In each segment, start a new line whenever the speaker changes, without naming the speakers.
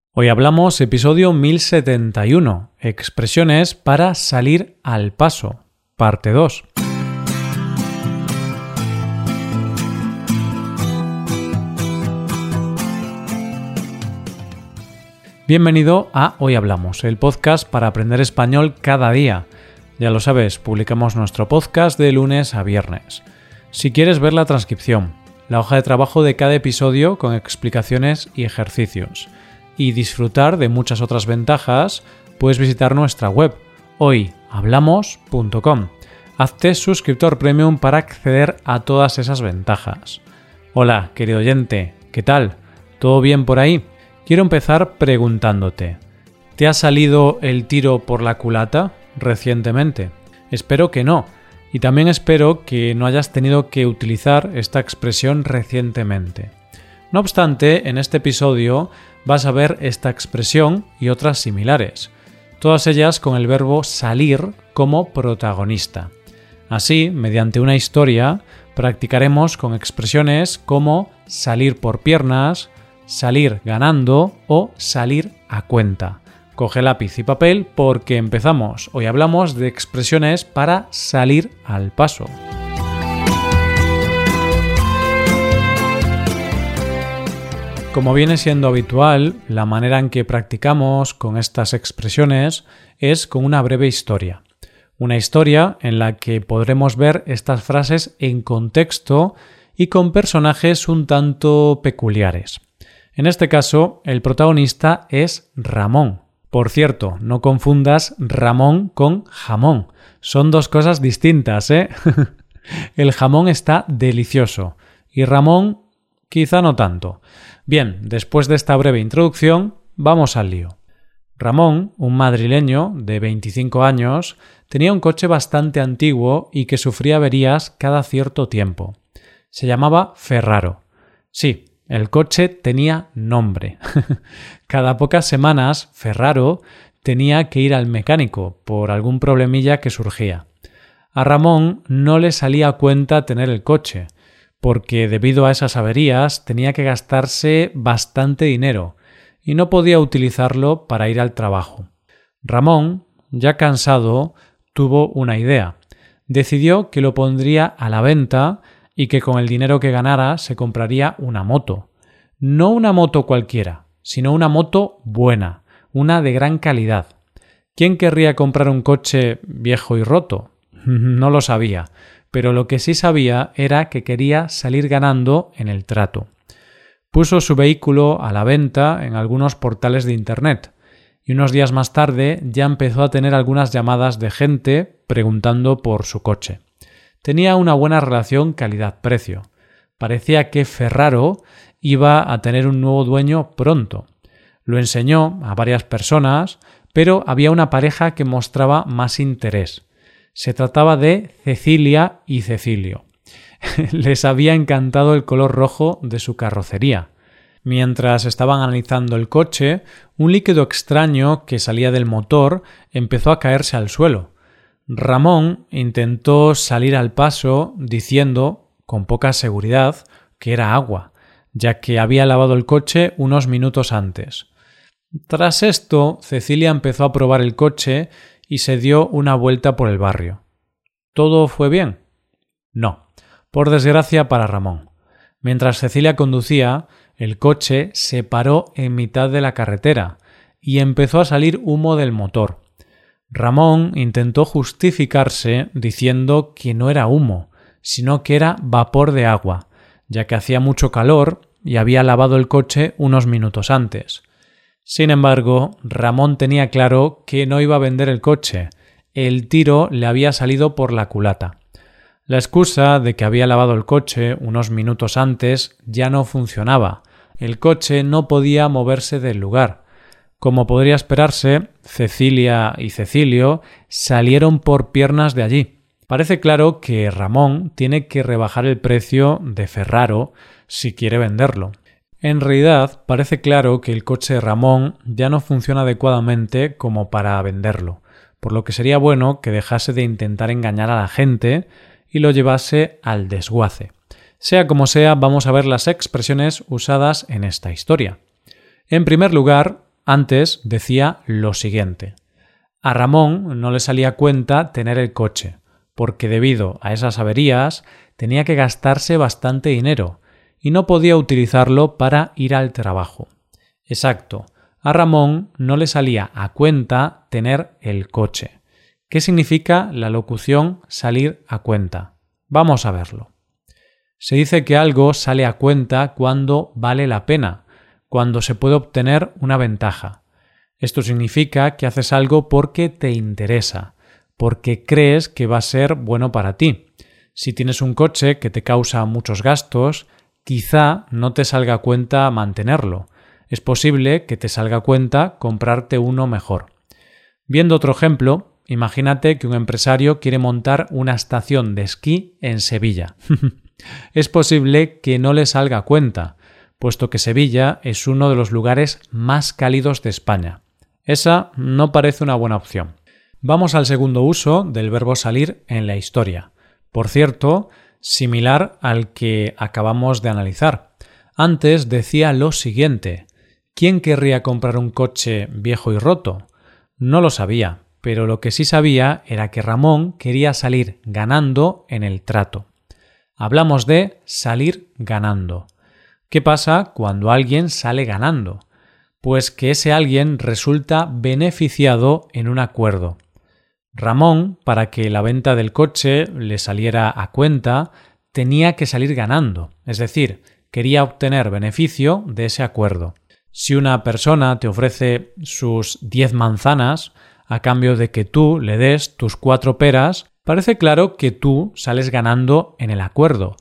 Hoy hablamos episodio 1071, expresiones para salir al paso, parte 2. Bienvenido a Hoy Hablamos, el podcast para aprender español cada día. Ya lo sabes, publicamos nuestro podcast de lunes a viernes. Si quieres ver la transcripción, la hoja de trabajo de cada episodio con explicaciones y ejercicios, y disfrutar de muchas otras ventajas, puedes visitar nuestra web hoyhablamos.com. Hazte suscriptor premium para acceder a todas esas ventajas. Hola, querido oyente, ¿qué tal? ¿Todo bien por ahí? Quiero empezar preguntándote, ¿te ha salido el tiro por la culata recientemente? Espero que no, y también espero que no hayas tenido que utilizar esta expresión recientemente. No obstante, en este episodio vas a ver esta expresión y otras similares, todas ellas con el verbo salir como protagonista. Así, mediante una historia, practicaremos con expresiones como salir por piernas, salir ganando o salir a cuenta. Coge lápiz y papel porque empezamos. Hoy hablamos de expresiones para salir al paso. Como viene siendo habitual, la manera en que practicamos con estas expresiones es con una breve historia. Una historia en la que podremos ver estas frases en contexto y con personajes un tanto peculiares. En este caso, el protagonista es Ramón. Por cierto, no confundas Ramón con jamón. Son dos cosas distintas, ¿eh? El jamón está delicioso y Ramón quizá no tanto. Bien, después de esta breve introducción, vamos al lío. Ramón, un madrileño de 25 años, tenía un coche bastante antiguo y que sufría averías cada cierto tiempo. Se llamaba Ferraro. Sí, el coche tenía nombre. Cada pocas semanas, Ferraro tenía que ir al mecánico por algún problemilla que surgía. A Ramón no le salía a cuenta tener el coche, porque debido a esas averías tenía que gastarse bastante dinero y no podía utilizarlo para ir al trabajo. Ramón, ya cansado, tuvo una idea. Decidió que lo pondría a la venta y que con el dinero que ganara se compraría una moto. No una moto cualquiera, sino una moto buena, una de gran calidad. ¿Quién querría comprar un coche viejo y roto? No lo sabía. Pero lo que sí sabía era que quería salir ganando en el trato. Puso su vehículo a la venta en algunos portales de internet y unos días más tarde ya empezó a tener algunas llamadas de gente preguntando por su coche. Tenía una buena relación calidad-precio. Parecía que Ferraro iba a tener un nuevo dueño pronto. Lo enseñó a varias personas, pero había una pareja que mostraba más interés. Se trataba de Cecilia y Cecilio. Les había encantado el color rojo de su carrocería. Mientras estaban analizando el coche, un líquido extraño que salía del motor empezó a caerse al suelo. Ramón intentó salir al paso diciendo, con poca seguridad, que era agua, ya que había lavado el coche unos minutos antes. Tras esto, Cecilia empezó a probar el coche y se dio una vuelta por el barrio. ¿Todo fue bien? No, por desgracia para Ramón. Mientras Cecilia conducía, el coche se paró en mitad de la carretera y empezó a salir humo del motor. Ramón intentó justificarse diciendo que no era humo, sino que era vapor de agua, ya que hacía mucho calor y había lavado el coche unos minutos antes. Sin embargo, Ramón tenía claro que no iba a vender el coche. El tiro le había salido por la culata. La excusa de que había lavado el coche unos minutos antes ya no funcionaba. El coche no podía moverse del lugar. Como podría esperarse, Cecilia y Cecilio salieron por piernas de allí. Parece claro que Ramón tiene que rebajar el precio de Ferraro si quiere venderlo. En realidad, parece claro que el coche de Ramón ya no funciona adecuadamente como para venderlo, por lo que sería bueno que dejase de intentar engañar a la gente y lo llevase al desguace. Sea como sea, vamos a ver las expresiones usadas en esta historia. En primer lugar, Antes decía lo siguiente: a Ramón no le salía a cuenta tener el coche, porque debido a esas averías tenía que gastarse bastante dinero y no podía utilizarlo para ir al trabajo. Exacto, a Ramón no le salía a cuenta tener el coche. ¿Qué significa la locución salir a cuenta? Vamos a verlo. Se dice que algo sale a cuenta cuando vale la pena, cuando se puede obtener una ventaja. Esto significa que haces algo porque te interesa, porque crees que va a ser bueno para ti. Si tienes un coche que te causa muchos gastos, quizá no te salga a cuenta mantenerlo. Es posible que te salga a cuenta comprarte uno mejor. Viendo otro ejemplo, imagínate que un empresario quiere montar una estación de esquí en Sevilla. Es posible que no le salga a cuenta, puesto que Sevilla es uno de los lugares más cálidos de España. Esa no parece una buena opción. Vamos al segundo uso del verbo salir en la historia. Por cierto, similar al que acabamos de analizar. Antes decía lo siguiente: ¿quién querría comprar un coche viejo y roto? No lo sabía, pero lo que sí sabía era que Ramón quería salir ganando en el trato. Hablamos de salir ganando. ¿Qué pasa cuando alguien sale ganando? Pues que ese alguien resulta beneficiado en un acuerdo. Ramón, para que la venta del coche le saliera a cuenta, tenía que salir ganando, es decir, quería obtener beneficio de ese acuerdo. Si una persona te ofrece sus 10 manzanas a cambio de que tú le des tus 4 peras, parece claro que tú sales ganando en el acuerdo.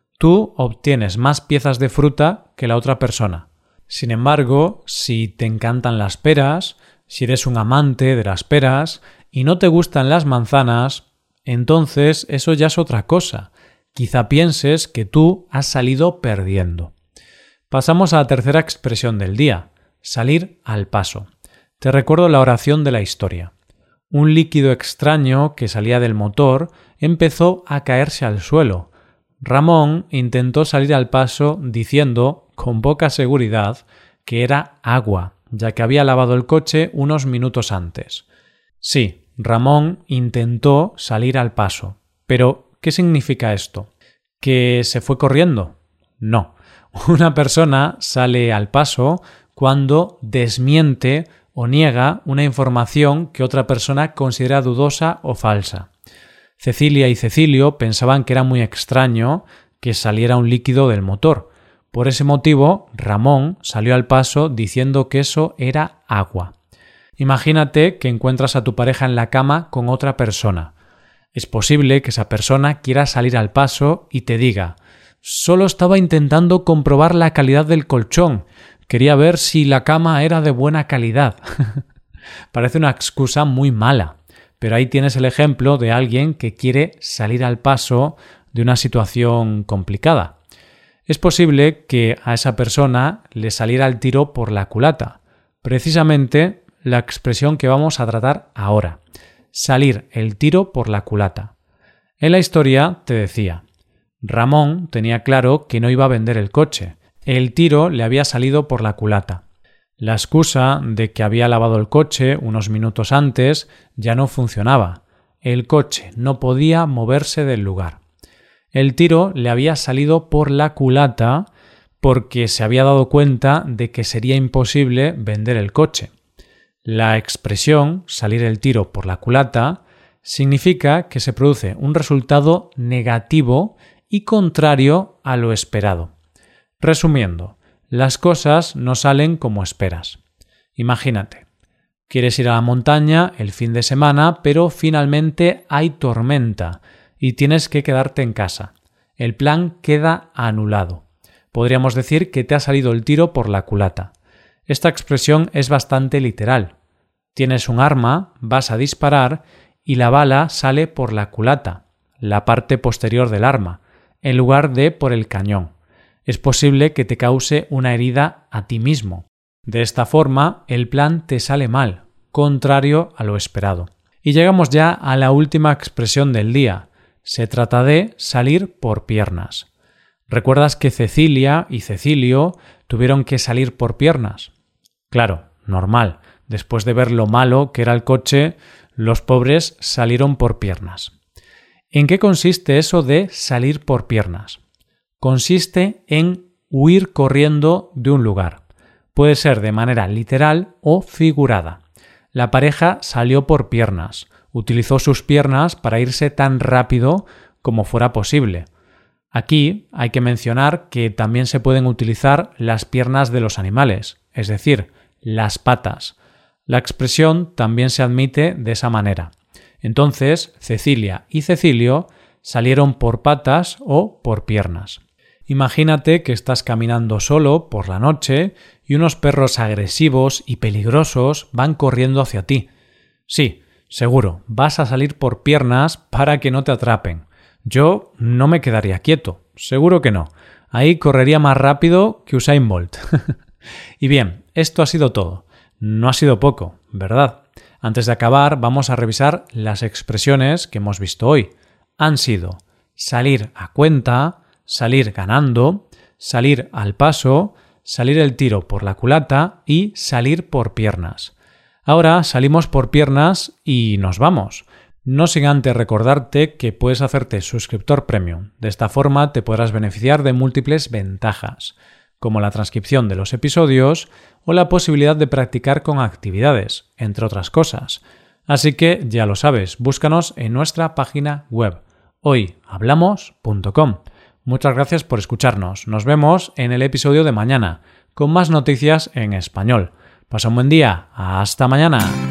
Tú obtienes más piezas de fruta que la otra persona. Sin embargo, si te encantan las peras, si eres un amante de las peras y no te gustan las manzanas, entonces eso ya es otra cosa. Quizá pienses que tú has salido perdiendo. Pasamos a la tercera expresión del día: salir al paso. Te recuerdo la oración de la historia. Un líquido extraño que salía del motor empezó a caerse al suelo. Ramón intentó salir al paso diciendo, con poca seguridad, que era agua, ya que había lavado el coche unos minutos antes. Sí, Ramón intentó salir al paso. Pero, ¿qué significa esto? ¿Que se fue corriendo? No. Una persona sale al paso cuando desmiente o niega una información que otra persona considera dudosa o falsa. Cecilia y Cecilio pensaban que era muy extraño que saliera un líquido del motor. Por ese motivo, Ramón salió al paso diciendo que eso era agua. Imagínate que encuentras a tu pareja en la cama con otra persona. Es posible que esa persona quiera salir al paso y te diga: solo estaba intentando comprobar la calidad del colchón. Quería ver si la cama era de buena calidad. Parece una excusa muy mala, pero ahí tienes el ejemplo de alguien que quiere salir al paso de una situación complicada. Es posible que a esa persona le saliera el tiro por la culata. Precisamente la expresión que vamos a tratar ahora: salir el tiro por la culata. En la historia te decía: Ramón tenía claro que no iba a vender el coche. El tiro le había salido por la culata. La excusa de que había lavado el coche unos minutos antes ya no funcionaba. El coche no podía moverse del lugar. El tiro le había salido por la culata porque se había dado cuenta de que sería imposible vender el coche. La expresión salir el tiro por la culata significa que se produce un resultado negativo y contrario a lo esperado. Resumiendo, las cosas no salen como esperas. Imagínate, quieres ir a la montaña el fin de semana, pero finalmente hay tormenta y tienes que quedarte en casa. El plan queda anulado. Podríamos decir que te ha salido el tiro por la culata. Esta expresión es bastante literal. Tienes un arma, vas a disparar y la bala sale por la culata, la parte posterior del arma, en lugar de por el cañón. Es posible que te cause una herida a ti mismo. De esta forma, el plan te sale mal, contrario a lo esperado. Y llegamos ya a la última expresión del día. Se trata de salir por piernas. ¿Recuerdas que Cecilia y Cecilio tuvieron que salir por piernas? Claro, normal. Después de ver lo malo que era el coche, los pobres salieron por piernas. ¿En qué consiste eso de salir por piernas? Consiste en huir corriendo de un lugar. Puede ser de manera literal o figurada. La pareja salió por piernas, utilizó sus piernas para irse tan rápido como fuera posible. Aquí hay que mencionar que también se pueden utilizar las piernas de los animales, es decir, las patas. La expresión también se admite de esa manera. Entonces, Cecilia y Cecilio salieron por patas o por piernas. Imagínate que estás caminando solo por la noche y unos perros agresivos y peligrosos van corriendo hacia ti. Sí, seguro, vas a salir por piernas para que no te atrapen. Yo no me quedaría quieto, seguro que no. Ahí correría más rápido que Usain Bolt. Y bien, esto ha sido todo. No ha sido poco, ¿verdad? Antes de acabar, vamos a revisar las expresiones que hemos visto hoy. Han sido salir a cuenta, salir ganando, salir al paso, salir el tiro por la culata y salir por piernas. Ahora salimos por piernas y nos vamos. No sin antes recordarte que puedes hacerte suscriptor premium. De esta forma te podrás beneficiar de múltiples ventajas, como la transcripción de los episodios o la posibilidad de practicar con actividades, entre otras cosas. Así que ya lo sabes, búscanos en nuestra página web hoyhablamos.com. Muchas gracias por escucharnos. Nos vemos en el episodio de mañana, con más noticias en español. Pasa un buen día. Hasta mañana.